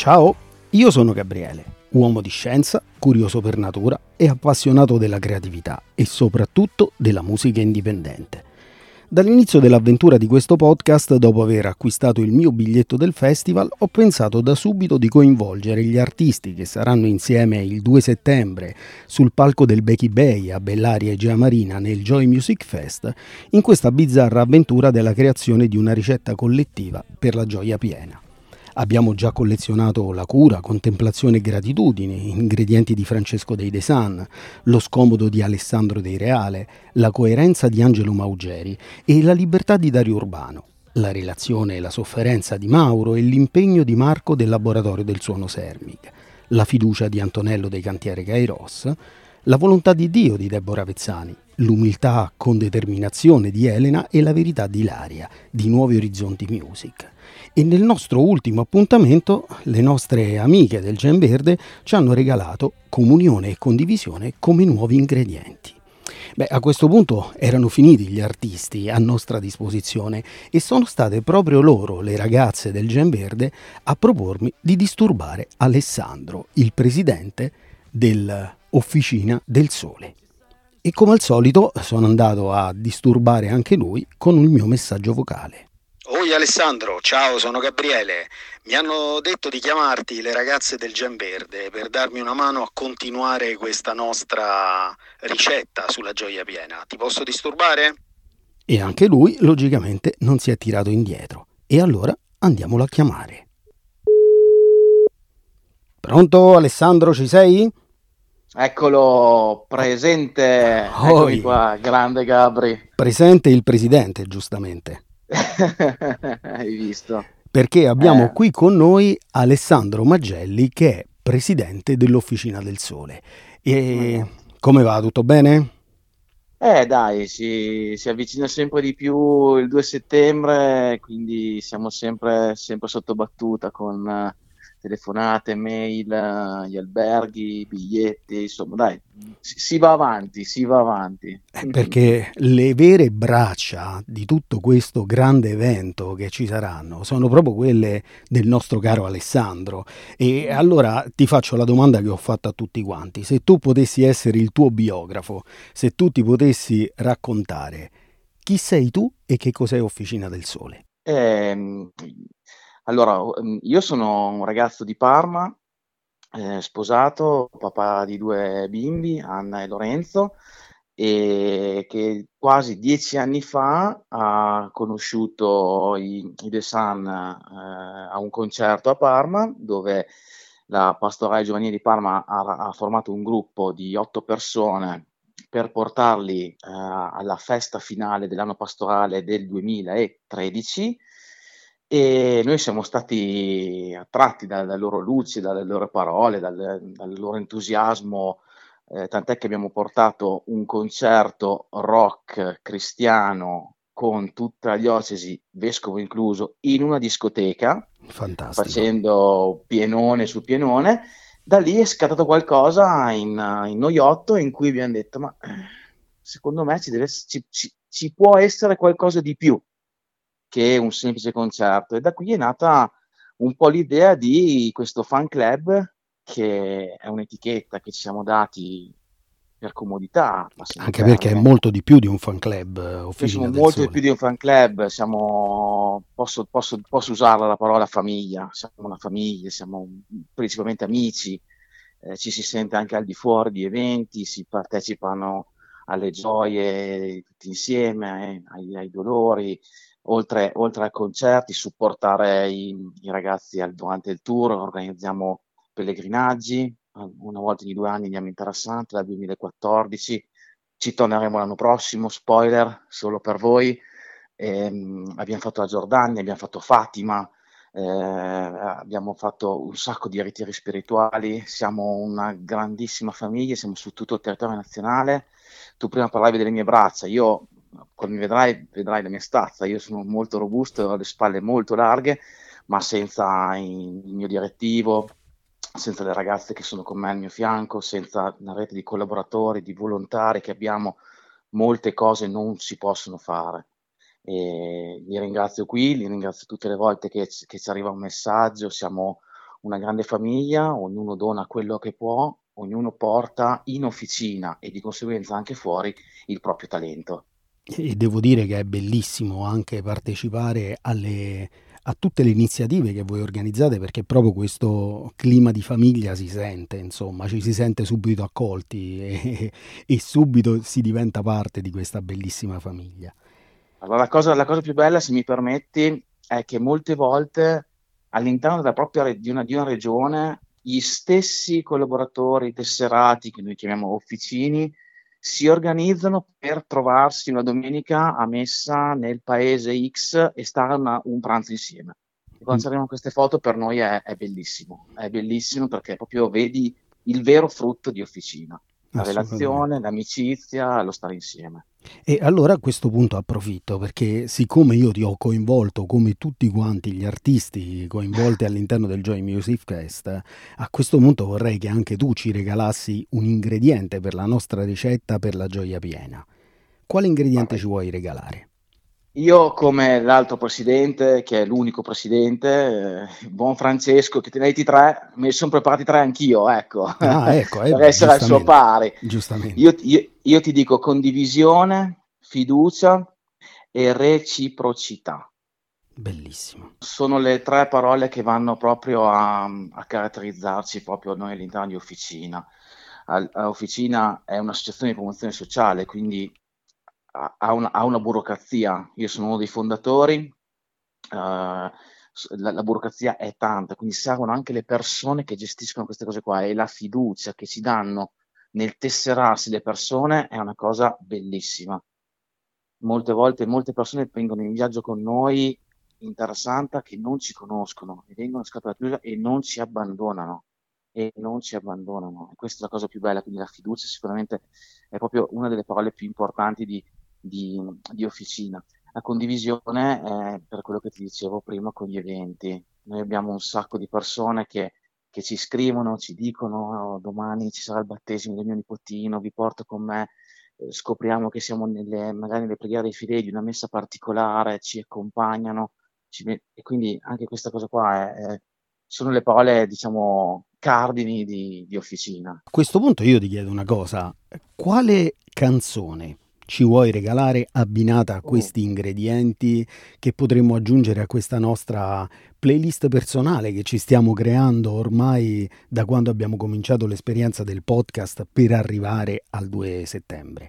Ciao, io sono Gabriele, uomo di scienza, curioso per natura e appassionato della creatività e soprattutto della musica indipendente. Dall'inizio dell'avventura di questo podcast, dopo aver acquistato il mio biglietto del festival, ho pensato da subito di coinvolgere gli artisti che saranno insieme il 2 settembre sul palco del Becky Bay a Bellaria Egea Marina nel Joy Music Fest in questa bizzarra avventura della creazione di una ricetta collettiva per la gioia piena. Abbiamo già collezionato la cura, contemplazione e gratitudine, ingredienti di Francesco Dei Desan, lo scomodo di Alessandro Dei Reale, la coerenza di Angelo Maugeri e la libertà di Dario Urbano, la relazione e la sofferenza di Mauro e l'impegno di Marco del laboratorio del suono Sermic, la fiducia di Antonello dei Cantiere Kairos, la volontà di Dio di Deborah Vezzani, l'umiltà con determinazione di Elena e la verità di Ilaria, di Nuovi Orizzonti Music. E nel nostro ultimo appuntamento le nostre amiche del Gen Verde ci hanno regalato comunione e condivisione come nuovi ingredienti. A questo punto erano finiti gli artisti a nostra disposizione e sono state proprio loro, le ragazze del Gen Verde, a propormi di disturbare Alessandro, il presidente dell'Officina del Sole. E come al solito sono andato a disturbare anche lui con il mio messaggio vocale. Oi Alessandro, ciao, sono Gabriele. Mi hanno detto di chiamarti le ragazze del Gen Verde per darmi una mano a continuare questa nostra ricetta sulla gioia piena. Ti posso disturbare? E anche lui, logicamente, non si è tirato indietro. E allora andiamolo a chiamare. Pronto, Alessandro, ci sei? Eccolo, presente. Eccomi qua, grande Gabri. Presente il presidente, giustamente. Hai visto? Perché abbiamo qui con noi Alessandro Magelli, che è presidente dell'Officina del Sole. E come va? Tutto bene? Dai, si avvicina sempre di più il 2 settembre, quindi siamo sempre sotto battuta con telefonate, mail, gli alberghi, biglietti, insomma, dai, si va avanti, si va avanti. Perché le vere braccia di tutto questo grande evento che ci saranno sono proprio quelle del nostro caro Alessandro. E allora ti faccio la domanda che ho fatto a tutti quanti: se tu potessi essere il tuo biografo, se tu ti potessi raccontare chi sei tu e che cos'è Officina del Sole? Allora, io sono un ragazzo di Parma, sposato, papà di 2 bimbi, Anna e Lorenzo, e che quasi 10 anni fa ha conosciuto i Desan a un concerto a Parma, dove la Pastorale Giovanile di Parma ha formato un gruppo di 8 persone per portarli alla festa finale dell'anno pastorale del 2013. E noi siamo stati attratti dalle loro luci, dalle loro parole, dal loro entusiasmo, tant'è che abbiamo portato un concerto rock cristiano con tutta la diocesi, vescovo incluso, in una discoteca, Fantastico. facendo pienone su pienone. Da lì è scattato qualcosa in noi 8 in cui abbiamo detto: ma secondo me ci può essere qualcosa di più che un semplice concerto, e da qui è nata un po' l'idea di questo fan club, che è un'etichetta che ci siamo dati per comodità, Anche perché è molto di più di un fan club, noi Officina siamo del molto di Sole. più di un fan club, posso usarla la parola famiglia, siamo una famiglia, siamo principalmente amici, ci si sente anche al di fuori di eventi, si partecipano alle gioie tutti insieme, ai dolori, oltre ai concerti, supportare i ragazzi durante il tour. Organizziamo pellegrinaggi, una volta ogni 2 anni andiamo in Terra Santa, dal 2014, ci torneremo l'anno prossimo, spoiler, solo per voi. Abbiamo fatto la Giordania, abbiamo fatto Fatima, abbiamo fatto un sacco di ritiri spirituali, siamo una grandissima famiglia, siamo su tutto il territorio nazionale. Tu prima parlavi delle mie braccia, io, quando mi vedrai la mia stazza, io sono molto robusto, ho le spalle molto larghe, ma senza il mio direttivo, senza le ragazze che sono con me al mio fianco, senza una rete di collaboratori, di volontari che abbiamo, molte cose non si possono fare. E li ringrazio qui, li ringrazio tutte le volte che ci arriva un messaggio, siamo una grande famiglia, ognuno dona quello che può, ognuno porta in officina e di conseguenza anche fuori il proprio talento. E devo dire che è bellissimo anche partecipare a tutte le iniziative che voi organizzate, perché proprio questo clima di famiglia si sente, insomma, ci si sente subito accolti e subito si diventa parte di questa bellissima famiglia. Allora, la cosa più bella, se mi permetti, è che molte volte all'interno della propria di una regione gli stessi collaboratori tesserati, che noi chiamiamo officini, si organizzano per trovarsi una domenica a Messa nel paese X e stare un pranzo insieme. E quando ci arrivano queste foto per noi è bellissimo perché proprio vedi il vero frutto di officina, la relazione, Assolutamente. l'amicizia, lo stare insieme. E allora a questo punto approfitto perché siccome io ti ho coinvolto come tutti quanti gli artisti coinvolti all'interno del Joy Music Fest, a questo punto vorrei che anche tu ci regalassi un ingrediente per la nostra ricetta per la gioia piena. Quale ingrediente Guarda, ci vuoi regalare? io come l'altro presidente, che è l'unico presidente, buon Francesco, che te ne hai tre, me ne sono preparati tre anch'io, ecco, Ah, ecco, per beh, essere al suo giustamente, pari. giustamente. Io ti dico condivisione, fiducia e reciprocità. Bellissimo. Sono le tre parole che vanno proprio a caratterizzarci proprio noi all'interno di Officina. Officina è un'associazione di promozione sociale, quindi ha una burocrazia. Io sono uno dei fondatori, la burocrazia è tanta, quindi servono anche le persone che gestiscono queste cose qua e la fiducia che ci danno nel tesserarsi le persone è una cosa bellissima. Molte volte molte persone vengono in viaggio con noi in Terra Santa che non ci conoscono e vengono a scatola chiusa e non ci abbandonano. E non ci abbandonano. E questa è la cosa più bella, quindi la fiducia sicuramente è proprio una delle parole più importanti di Officina. La condivisione è per quello che ti dicevo prima con gli eventi. Noi abbiamo un sacco di persone che ci scrivono, ci dicono: "Oh, domani ci sarà il battesimo del mio nipotino, vi porto con me." Scopriamo che siamo magari nelle preghiere dei fedeli di una messa particolare, ci accompagnano, e quindi anche questa cosa qua sono le parole, diciamo, cardini di Officina. A questo punto io ti chiedo una cosa, quale canzone ci vuoi regalare abbinata a Oh. questi ingredienti che potremmo aggiungere a questa nostra playlist personale che ci stiamo creando ormai da quando abbiamo cominciato l'esperienza del podcast per arrivare al 2 settembre?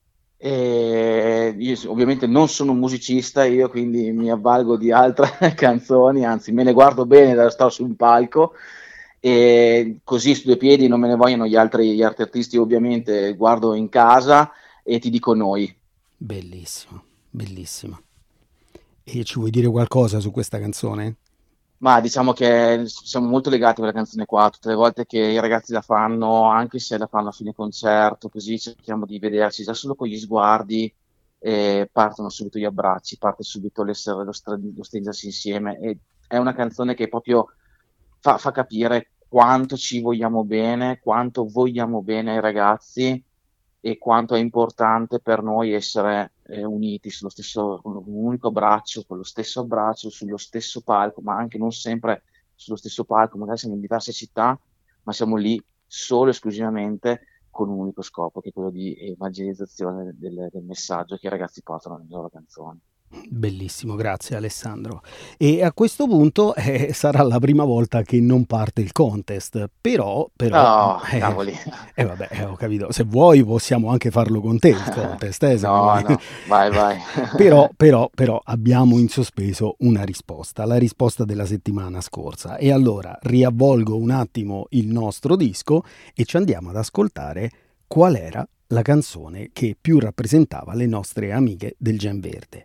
Io ovviamente non sono un musicista, io quindi mi avvalgo di altre canzoni, anzi me ne guardo bene da stare su un palco e così su due piedi non me ne vogliono gli altri artisti, ovviamente guardo in casa e ti dico noi. Bellissimo, bellissimo. E ci vuoi dire qualcosa su questa canzone? Ma diciamo che siamo molto legati a quella canzone qua, tutte le volte che i ragazzi la fanno, anche se la fanno a fine concerto, così cerchiamo di vederci già solo con gli sguardi, partono subito gli abbracci, parte subito lo stringersi insieme. E è una canzone che proprio fa capire quanto ci vogliamo bene, quanto vogliamo bene ai ragazzi e quanto è importante per noi essere uniti con un unico braccio, con lo stesso abbraccio, sullo stesso palco, ma anche non sempre sullo stesso palco, magari siamo in diverse città, ma siamo lì solo e esclusivamente con un unico scopo, che è quello di evangelizzazione del messaggio che i ragazzi portano nelle loro canzoni. Bellissimo, grazie Alessandro. E a questo punto sarà la prima volta che non parte il contest, però, Oh, cavoli. vabbè, ho capito, se vuoi possiamo anche farlo con te il contest, se No, vuoi. no, vai, vai. Però abbiamo in sospeso una risposta, la risposta della settimana scorsa. E allora riavvolgo un attimo il nostro disco e ci andiamo ad ascoltare qual era la canzone che più rappresentava le nostre amiche del Gen Verde.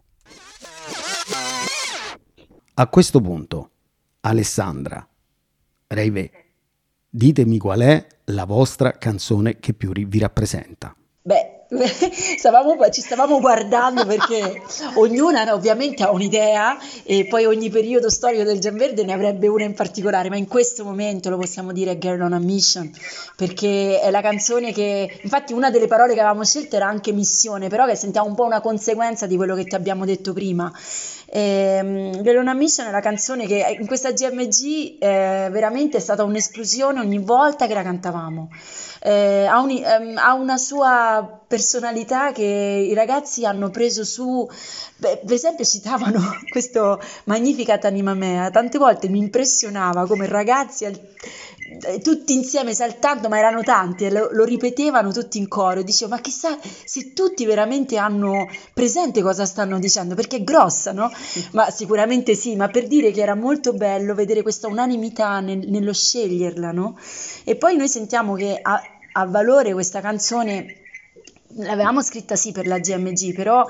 A questo punto, Alessandra, Reive, ditemi qual è la vostra canzone che più vi rappresenta. Beh, ci stavamo guardando perché ognuna ovviamente ha un'idea e poi ogni periodo storico del Gianverde ne avrebbe una in particolare, ma in questo momento lo possiamo dire Girl on a Mission, perché è la canzone che, infatti una delle parole che avevamo scelto era anche missione, però che sentiamo un po' una conseguenza di quello che ti abbiamo detto prima. Girl on a Mission è la canzone che in questa GMG veramente è stata un'esplosione ogni volta che la cantavamo. Ha una sua personalità che i ragazzi hanno preso su. Per esempio citavano questo Magnificat Anima Mea, tante volte mi impressionava come ragazzi tutti insieme saltando, ma erano tanti e lo ripetevano tutti in coro, e dicevo ma chissà se tutti veramente hanno presente cosa stanno dicendo, perché è grossa, no? Ma sicuramente sì, ma per dire che era molto bello vedere questa unanimità nello sceglierla, no? E poi noi sentiamo che ha valore questa canzone. L'avevamo scritta sì per la GMG, però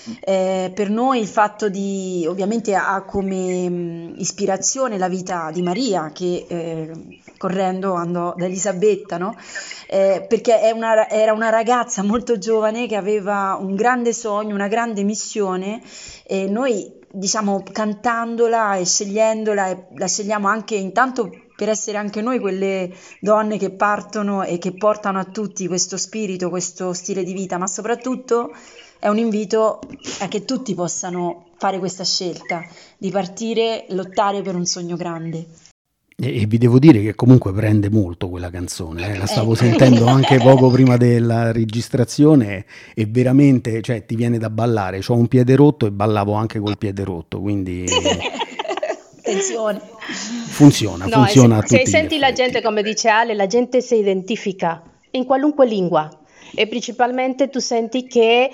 per noi il fatto di, ovviamente ha come ispirazione la vita di Maria che correndo andò da Elisabetta, no? Perché era una ragazza molto giovane che aveva un grande sogno, una grande missione e noi diciamo cantandola e scegliendola, e la scegliamo anche intanto per essere anche noi quelle donne che partono e che portano a tutti questo spirito, questo stile di vita, ma soprattutto è un invito a che tutti possano fare questa scelta di partire, lottare per un sogno grande. E vi devo dire che comunque prende molto quella canzone, la stavo sentendo anche poco prima della registrazione e veramente, cioè, ti viene da ballare. C'ho un piede rotto e ballavo anche col piede rotto, quindi attenzione. Funziona No, a tutti se gli senti la effetti. gente, come dice Ale, la gente si identifica in qualunque lingua e principalmente tu senti che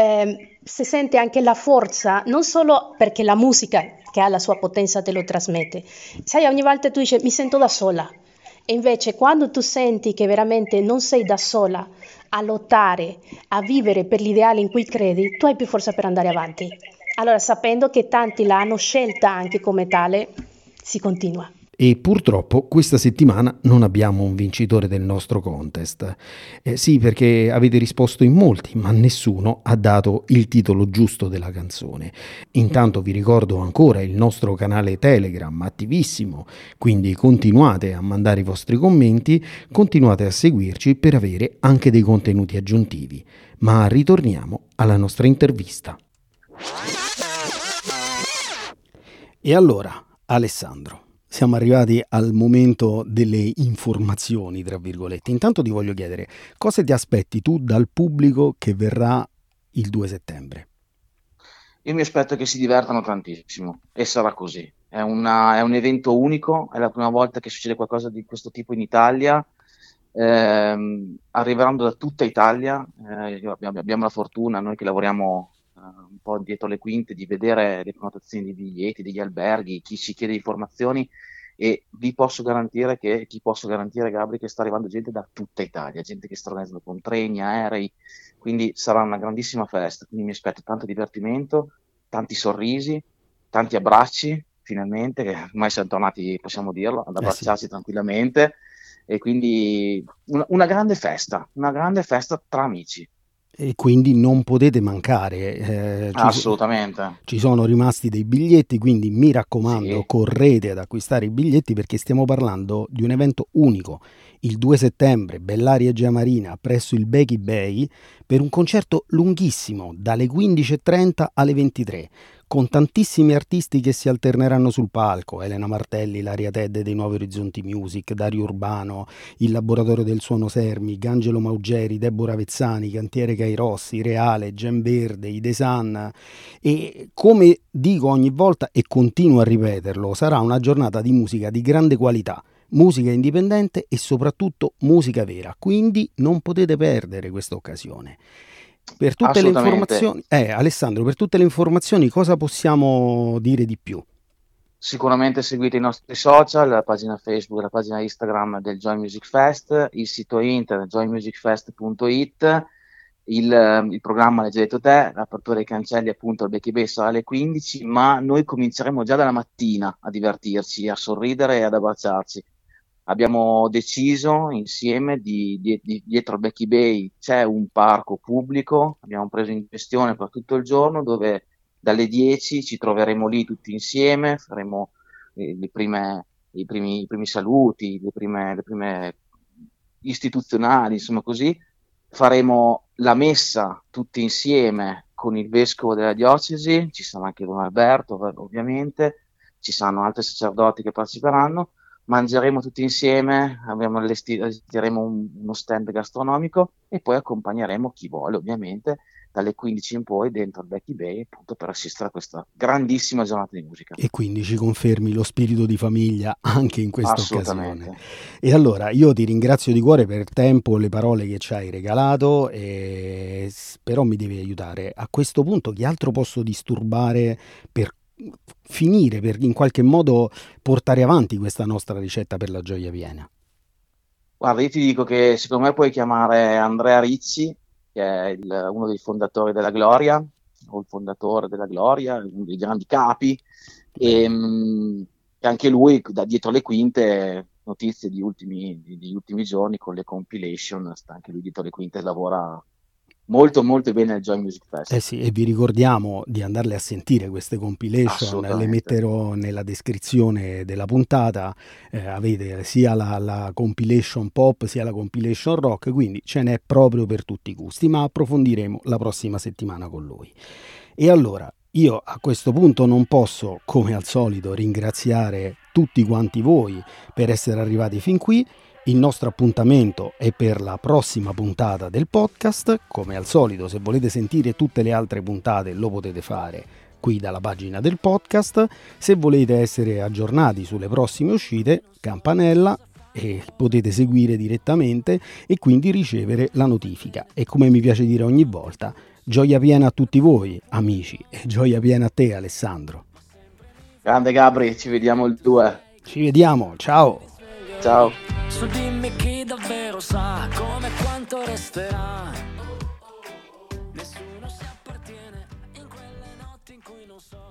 si sente anche la forza, non solo perché la musica che ha la sua potenza te lo trasmette. Sai, ogni volta tu dici mi sento da sola e invece quando tu senti che veramente non sei da sola a lottare, a vivere per l'ideale in cui credi, tu hai più forza per andare avanti. Allora, sapendo che tanti l'hanno scelta anche come tale, si continua. E purtroppo questa settimana non abbiamo un vincitore del nostro contest. Sì, perché avete risposto in molti, ma nessuno ha dato il titolo giusto della canzone. Intanto vi ricordo ancora il nostro canale Telegram, attivissimo, quindi continuate a mandare i vostri commenti, continuate a seguirci per avere anche dei contenuti aggiuntivi. Ma ritorniamo alla nostra intervista. E allora, Alessandro, siamo arrivati al momento delle informazioni, tra virgolette. Intanto ti voglio chiedere, cosa ti aspetti tu dal pubblico che verrà il 2 settembre? Io mi aspetto che si divertano tantissimo e sarà così. È un evento unico, è la prima volta che succede qualcosa di questo tipo in Italia. Arriveranno da tutta Italia, abbiamo la fortuna, noi che lavoriamo un po' dietro le quinte, di vedere le prenotazioni dei biglietti, degli alberghi, chi ci chiede informazioni, e ti posso garantire, Gabri, che sta arrivando gente da tutta Italia, gente che sta organizzando con treni, aerei, quindi sarà una grandissima festa, quindi mi aspetto tanto divertimento, tanti sorrisi, tanti abbracci, finalmente, che ormai siamo tornati, possiamo dirlo, ad abbracciarci tranquillamente, e quindi una grande festa tra amici. E quindi non potete mancare. Assolutamente. Ci sono rimasti dei biglietti, quindi mi raccomando, Sì. correte ad acquistare i biglietti perché stiamo parlando di un evento unico. Il 2 settembre, Bellaria Ega Marina, presso il Bechi Bay, per un concerto lunghissimo, dalle 15:30 alle 23, con tantissimi artisti che si alterneranno sul palco: Elena Martelli, Ilaria Tedde dei Nuovi Orizzonti Music, Dario Urbano, il Laboratorio del Suono Sermic, Angelo Maugeri, Deborah Vezzani, Cantiere Cairossi, Reale, Gianverde, i The Sun. E come dico ogni volta e continuo a ripeterlo, sarà una giornata di musica di grande qualità, musica indipendente e soprattutto musica vera, quindi non potete perdere questa occasione. Per tutte le informazioni, Alessandro, per tutte le informazioni cosa possiamo dire di più? Sicuramente seguite i nostri social, la pagina Facebook, la pagina Instagram del Joy Music Fest, il sito internet joymusicfest.it, il programma l'hai già detto te, l'apertura dei cancelli appunto al Becky Bay sarà alle 15, ma noi cominceremo già dalla mattina a divertirci, a sorridere e ad abbracciarci. abbiamo deciso insieme dietro al Becky Bay c'è un parco pubblico, abbiamo preso in gestione per tutto il giorno, dove dalle 10 ci troveremo lì tutti insieme, faremo i primi saluti, le prime istituzionali, insomma così. Faremo la messa tutti insieme con il vescovo della diocesi, ci sarà anche Don Alberto ovviamente, ci saranno altri sacerdoti che parteciperanno, mangeremo tutti insieme, allestiremo uno stand gastronomico e poi accompagneremo chi vuole ovviamente dalle 15 in poi dentro al Becky Bay, appunto per assistere a questa grandissima giornata di musica. E quindi ci confermi lo spirito di famiglia anche in questa Assolutamente. occasione. E allora io ti ringrazio di cuore per il tempo, le parole che ci hai regalato, però mi devi aiutare. A questo punto chi altro posso disturbare per finire, per in qualche modo portare avanti questa nostra ricetta per la gioia piena? Guarda, io ti dico che secondo me puoi chiamare Andrea Ricci, che è uno dei fondatori della Gloria, o il fondatore della Gloria, uno dei grandi capi, e anche lui da dietro le quinte, notizie degli ultimi giorni con le compilation, sta anche lui dietro le quinte, lavora molto molto bene al Joy Music Festival. Sì, e vi ricordiamo di andarle a sentire queste compilation, le metterò nella descrizione della puntata, avete sia la compilation pop sia la compilation rock, quindi ce n'è proprio per tutti i gusti, ma approfondiremo la prossima settimana con lui. E allora io a questo punto non posso, come al solito, ringraziare tutti quanti voi per essere arrivati fin qui. Il nostro appuntamento è per la prossima puntata del podcast. Come al solito, se volete sentire tutte le altre puntate lo potete fare qui dalla pagina del podcast. Se volete essere aggiornati sulle prossime uscite, campanella, e potete seguire direttamente e quindi ricevere la notifica. E come mi piace dire ogni volta, gioia piena a tutti voi amici e gioia piena a te Alessandro. Grande Gabri, ci vediamo il 2. Ci vediamo, ciao. Ciao. Su dimmi chi davvero sa come quanto resterà. Nessuno si appartiene in quelle notti in cui non so.